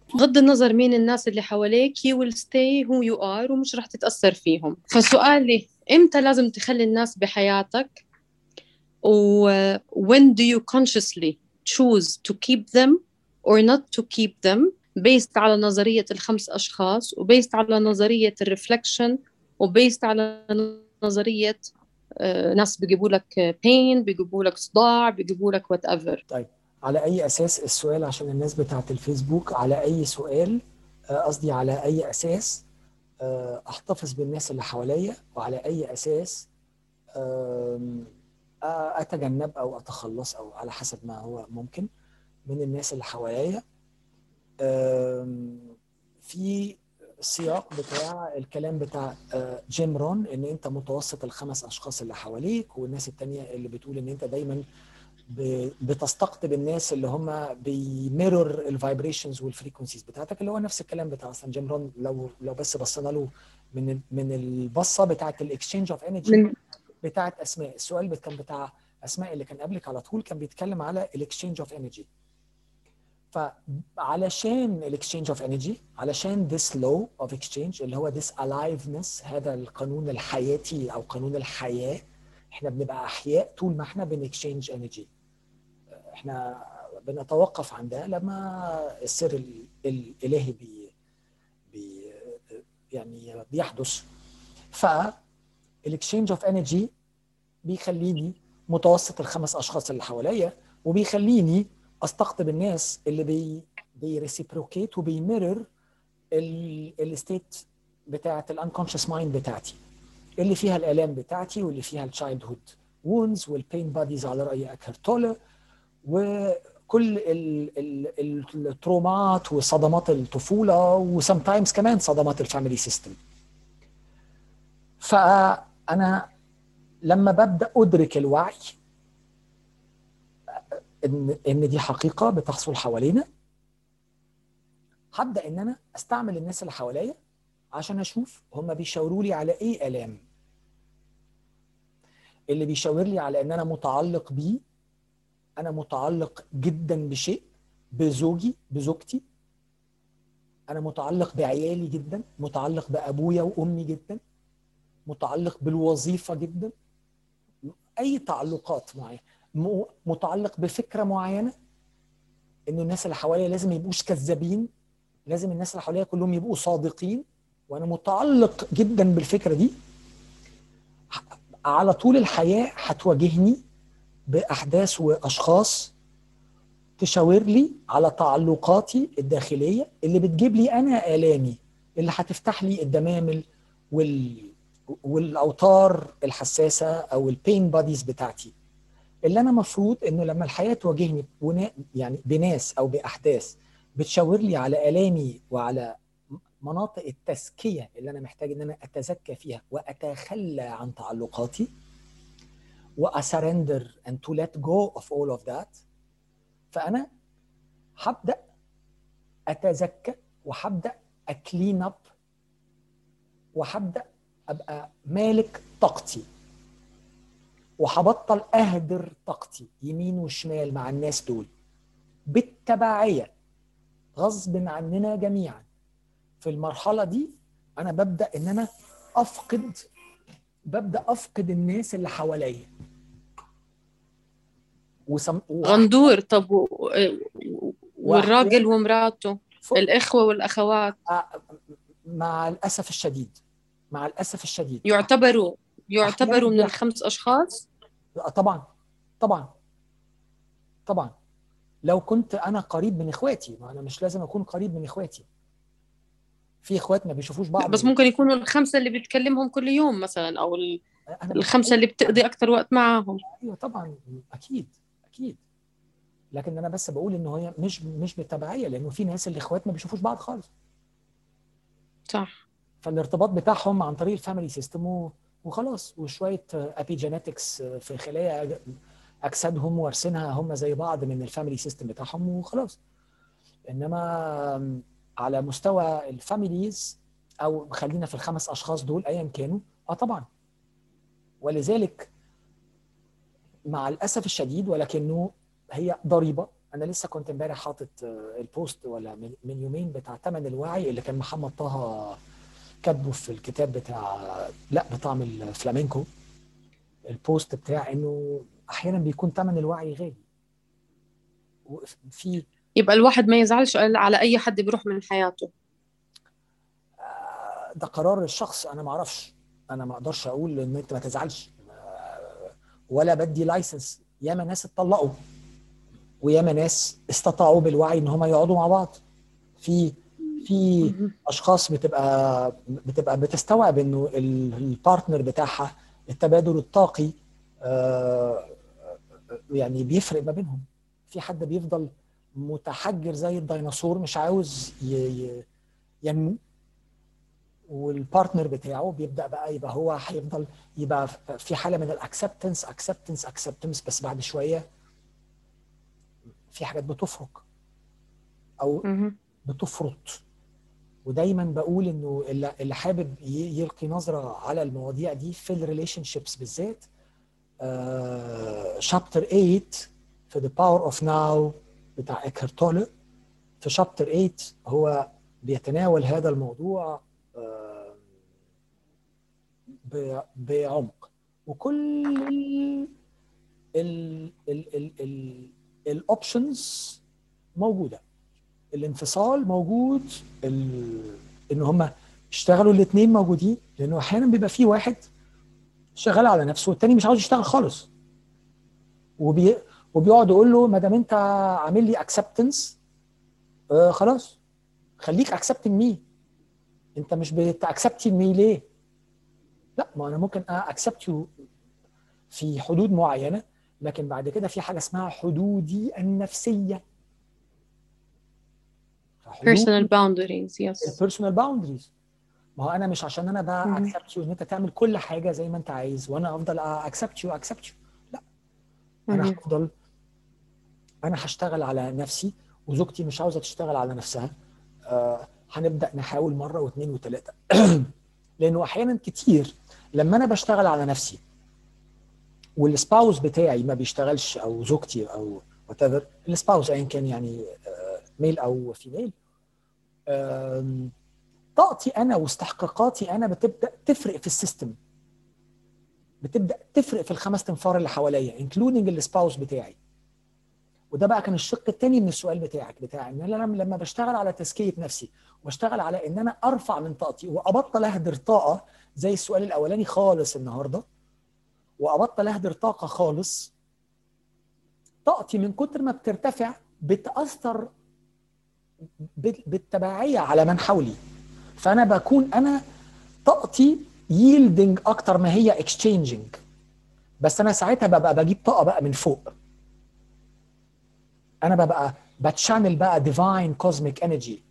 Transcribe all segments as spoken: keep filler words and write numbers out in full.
بغض النظر مين الناس اللي حواليك you will stay who you are ومش رح تتأثر فيهم. فسؤالي إمتى لازم تخلي الناس بحياتك، و when do you consciously choose to keep them or not to keep them based على نظرية الخمس أشخاص وبيست على نظرية الرفلكشن وبيست على نظرية آه، ناس بيجيبوا لك pain، بيجيبوا لك صداع، بيجيبوا لك whatever. طيب على أي أساس السؤال؟ عشان الناس بتاعت الفيسبوك، على أي سؤال؟ قصدي على أي أساس أحتفظ بالناس اللي حواليا، وعلى أي أساس أتجنب أو أتخلص أو على حسب ما هو ممكن من الناس اللي حواليا. في السياق بتاع الكلام بتاع جيم رون، ان انت متوسط الخمس اشخاص اللي حواليك، والناس التانية اللي بتقول ان انت دايما بتستقطب الناس اللي هم بيميرور الفايبريشنز والفريكونسيز بتاعتك، اللي هو نفس الكلام بتاع اصلا جيم رون. لو لو بس بصينا له من من البصه بتاعت الاكسشينج اوف انرجي بتاعت اسماء، السؤال كان بتاع اسماء اللي كان قبلك على طول كان بيتكلم على الاكسشينج اوف انرجي. فعلشان الاكسشينج اوف انرجي، علشان this law of exchange اللي هو this aliveness، هذا القانون الحياتي او قانون الحياه، احنا بنبقى احياء طول ما احنا بنكسشينج انرجي. احنا بنتوقف عن ده لما السر الالهي بي بي يعني بيحدث. فالاكسشينج اوف انرجي بيخليني متوسط الخمس اشخاص اللي حواليا، وبيخليني استقطب الناس اللي بي بيريسيبروكيت وبيمرر الستيت بتاعت الانكونشس مايند بتاعتي، اللي فيها الالام بتاعتي، واللي فيها التشايلد هود وونز والبين باديز على راي اكهارت تولر، وكل الترومات وصدمات الطفوله، وسم تايمز كمان صدمات الفاميلي سيستم. فانا لما ببدا ادرك الوعي ان ان دي حقيقه بتحصل حوالينا، هبدا ان انا استعمل الناس اللي حواليا عشان اشوف هم بيشاوروا لي على ايه الام. اللي بيشاور لي على ان انا متعلق بيه، انا متعلق جدا بشيء، بزوجي بزوجتي، انا متعلق بعيالي جدا، متعلق بابويا وامي جدا، متعلق بالوظيفه جدا، اي تعلقات معينه، متعلق بفكره معينه، انه الناس اللي حواليا لازم يبقوش كذابين، لازم الناس اللي حواليا كلهم يبقوا صادقين، وانا متعلق جدا بالفكره دي. على طول الحياه هتواجهني باحداث واشخاص تشاور لي على تعلقاتي الداخليه اللي بتجيب لي انا الامي، اللي هتفتح لي الدمامل وال والاوتار الحساسه او البين باديز بتاعتي، اللي انا مفروض انه لما الحياه تواجهني يعني بناس او باحداث بتشاور لي على الامي وعلى مناطق التزكيه اللي انا محتاج ان انا اتزكى فيها واتخلى عن تعلقاتي واسرندر and to let go of all of that. فانا هبدا اتزكى وهبدا اكلين اب وهبدا ابقى مالك طاقتي، وهبطل اهدر طاقتي يمين وشمال مع الناس دول بالتبعيه غصب عننا جميعا. في المرحله دي انا ببدا ان انا افقد ببدا افقد الناس اللي حواليا وسم... غندور. طب و... والراجل ومراته، الإخوة والأخوات، مع الأسف الشديد مع الأسف الشديد يعتبروا يعتبروا من الخمس أشخاص؟ طبعا طبعا طبعا. لو كنت أنا قريب من إخواتي، ما أنا مش لازم أكون قريب من إخواتي، في إخوات ما بيشوفوش بعض. بس ممكن يكونوا الخمسة اللي بتكلمهم كل يوم مثلا، أو الخمسة اللي بتقضي أكتر وقت معاهم. أيوة طبعا، أكيد أكيد. لكن أنا بس بقول إنه هي مش مش بالتبعية، لأنه في ناس الإخوات ما بيشوفوش بعض خالص. صح. فالارتباط بتاعهم عن طريق الفاميلي سيستم وخلاص، وشويه ابيجينetics في خلايا اجسادهم وارثينها هم زي بعض من الفاميلي سيستم بتاعهم وخلاص. انما على مستوى الفاميليز، او خلينا في الخمس اشخاص دول ايا كانوا، اه طبعا. ولذلك مع الاسف الشديد، ولكنه هي ضريبه انا لسه كنت امبارح حاطط البوست ولا من يومين بتاع ثمن الوعي اللي كان محمد طه كاتبه في الكتاب بتاع لا بطعم الفلامينكو. البوست بتاع انه احيانا بيكون ثمن الوعي غالي. وفي يبقى الواحد ما يزعلش على اي حد بيروح من حياته. ده قرار الشخص، انا ما اعرفش، انا ما اقدرش اقول ان انت ما تزعلش ولا بدي لايسنس. ياما ناس اتطلقوا وياما ناس استطاعوا بالوعي ان هم يقعدوا مع بعض. في في اشخاص بتبقى بتبقى بتستوعب انه البارتنر بتاعها التبادل الطاقي يعني بيفرق ما بينهم. في حد بيفضل متحجر زي الديناصور مش عاوز ينمو، والبارتنر بتاعه بيبدا بقى يبقى هو هيفضل يبقى في حاله من الاكسبتنس اكسبتنس اكسبتنس بس بعد شويه في حاجات بتفرق او بتفرط. ودايما بقول انه اللي حابب يلقي نظره على المواضيع دي في الريليشن شيبس بالذات شابتر ثمانية في The Power of Now بتاع إيكهارت تولر. في شابتر ثمانية هو بيتناول هذا الموضوع آه بعمق، وكل الاوبشنز موجوده. الانفصال موجود، ان هم يشتغلوا الاثنين موجودين، لانه احيانا بيبقى في واحد شغال على نفسه والتاني مش عاوز يشتغل خالص، وبي... وبيقعد يقول له ما دام انت عامل لي اكسبتنس آه خلاص خليك اكسبتنج مي، انت مش بتاكسبتنج مي ليه؟ لا، ما انا ممكن اكسبت يو في حدود معينه، لكن بعد كده في حاجه اسمها حدودي النفسيه. personal boundaries. yes. البيرسونال باوندريز. ما هو انا مش عشان انا بقى اكسبت يو ان انت تعمل كل حاجه زي ما انت عايز وانا افضل اكسبت يو اكسبت يو، لا. انا هفضل انا هشتغل على نفسي وزوجتي مش عاوزه تشتغل على نفسها. آه هنبدا نحاول مره واثنين وثلاثه. لانه احيانا كتير لما انا بشتغل على نفسي والسباوس بتاعي ما بيشتغلش، او زوجتي او وات ايفر السباوس ايا كان يعني ميل او فيميل، طاقتي انا واستحقاقاتي انا بتبدا تفرق في السيستم، بتبدا تفرق في الخمس تنفار اللي حواليا انكلودنج السباوس بتاعي. وده بقى كان الشق الثاني من السؤال بتاعك بتاع ان انا لما بشتغل على تزكيه نفسي واشتغل على ان انا ارفع من طاقتي وابطل اهدر طاقه زي السؤال الاولاني خالص النهارده، وابطل اهدر طاقه خالص، طاقتي من كتر ما بترتفع بتاثر بالتبعيه على من حولي. فانا بكون انا طاقتي ييلدنج اكتر ما هي اكسشينجنج، بس انا ساعتها ببقى بجيب طاقه بقى من فوق، انا ببقى بتشانل بقى ديفاين كوزميك انرجي.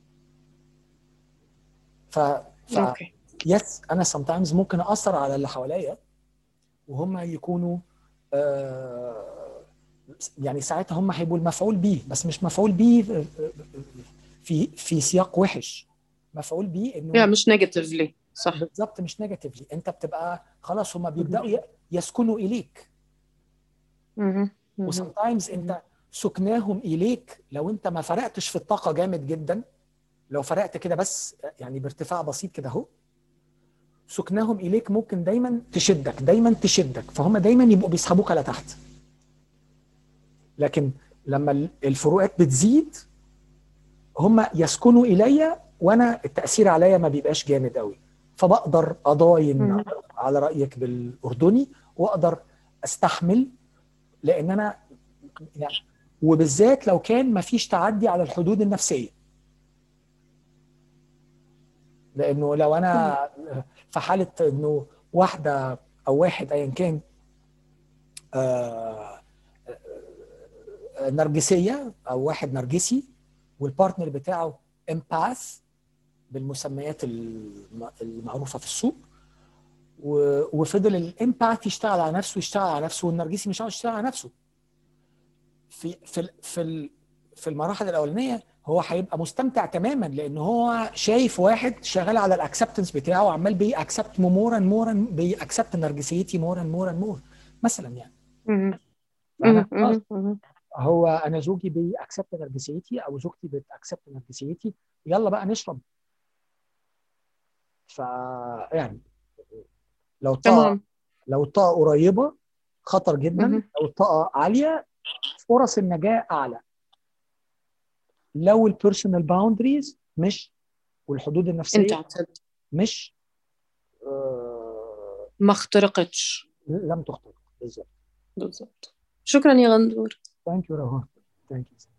ف ف يس انا sometimes ممكن اثر على اللي حواليا وهم يكونوا آه يعني ساعتها هم هيبقوا المفعول بيه، بس مش مفعول بيه في في سياق وحش، مفعول بيه انه مش نيجاتيفلي. صح بالظبط، مش نيجاتيفلي. انت بتبقى خلاص هم بيبداوا يسكنوا اليك. وسمتايمز انت سكناهم اليك لو انت ما فرقتش في الطاقه جامد جدا، لو فرقت كده بس يعني بارتفاع بسيط كده اهو، سكناهم اليك ممكن دايما تشدك دايما تشدك فهم دايما يبقوا بيسحبوك على تحت. لكن لما الفروقات بتزيد هم يسكنوا الي وانا التاثير عليا ما بيبقاش جامد قوي، فبقدر اضاين على رايك بالاردني واقدر استحمل، لان انا يعني وبالذات لو كان ما فيش تعدي على الحدود النفسيه. لانه لو انا في حاله انه واحده او واحد ايا كان آه نرجسيه او واحد نرجسي والبارتنر بتاعه امباث بالمسميات المعروفه في السوق، وفضل الامباث يشتغل على نفسه يشتغل على نفسه والنرجسي مش عاوز يشتغل على نفسه، في في في في المراحل الاولانيه هو هيبقى مستمتع تماما لان هو شايف واحد شغال على الاكسبتنس بتاعه وعمال بي اكسبت مور اند مور بي اكسبت نرجسيتي مور اند مور اند مور مثلا يعني. فانا هو انا زوجي بيأكسبت نرجسيتي او زوجتي بتأكسبت نرجسيتي، يلا بقى نشرب. ف يعني لو الطاقه تمام. لو الطاقه قريبه خطر جدا، مهم. لو الطاقه عاليه فرص النجاه اعلى. لو البيرسونال باوندريز مش والحدود انت النفسيه اعتقد مش آه ما اخترقتش. لم تخترق بالظبط. بالضبط. شكرا يا غندور. ثانك يو. ثانك يو.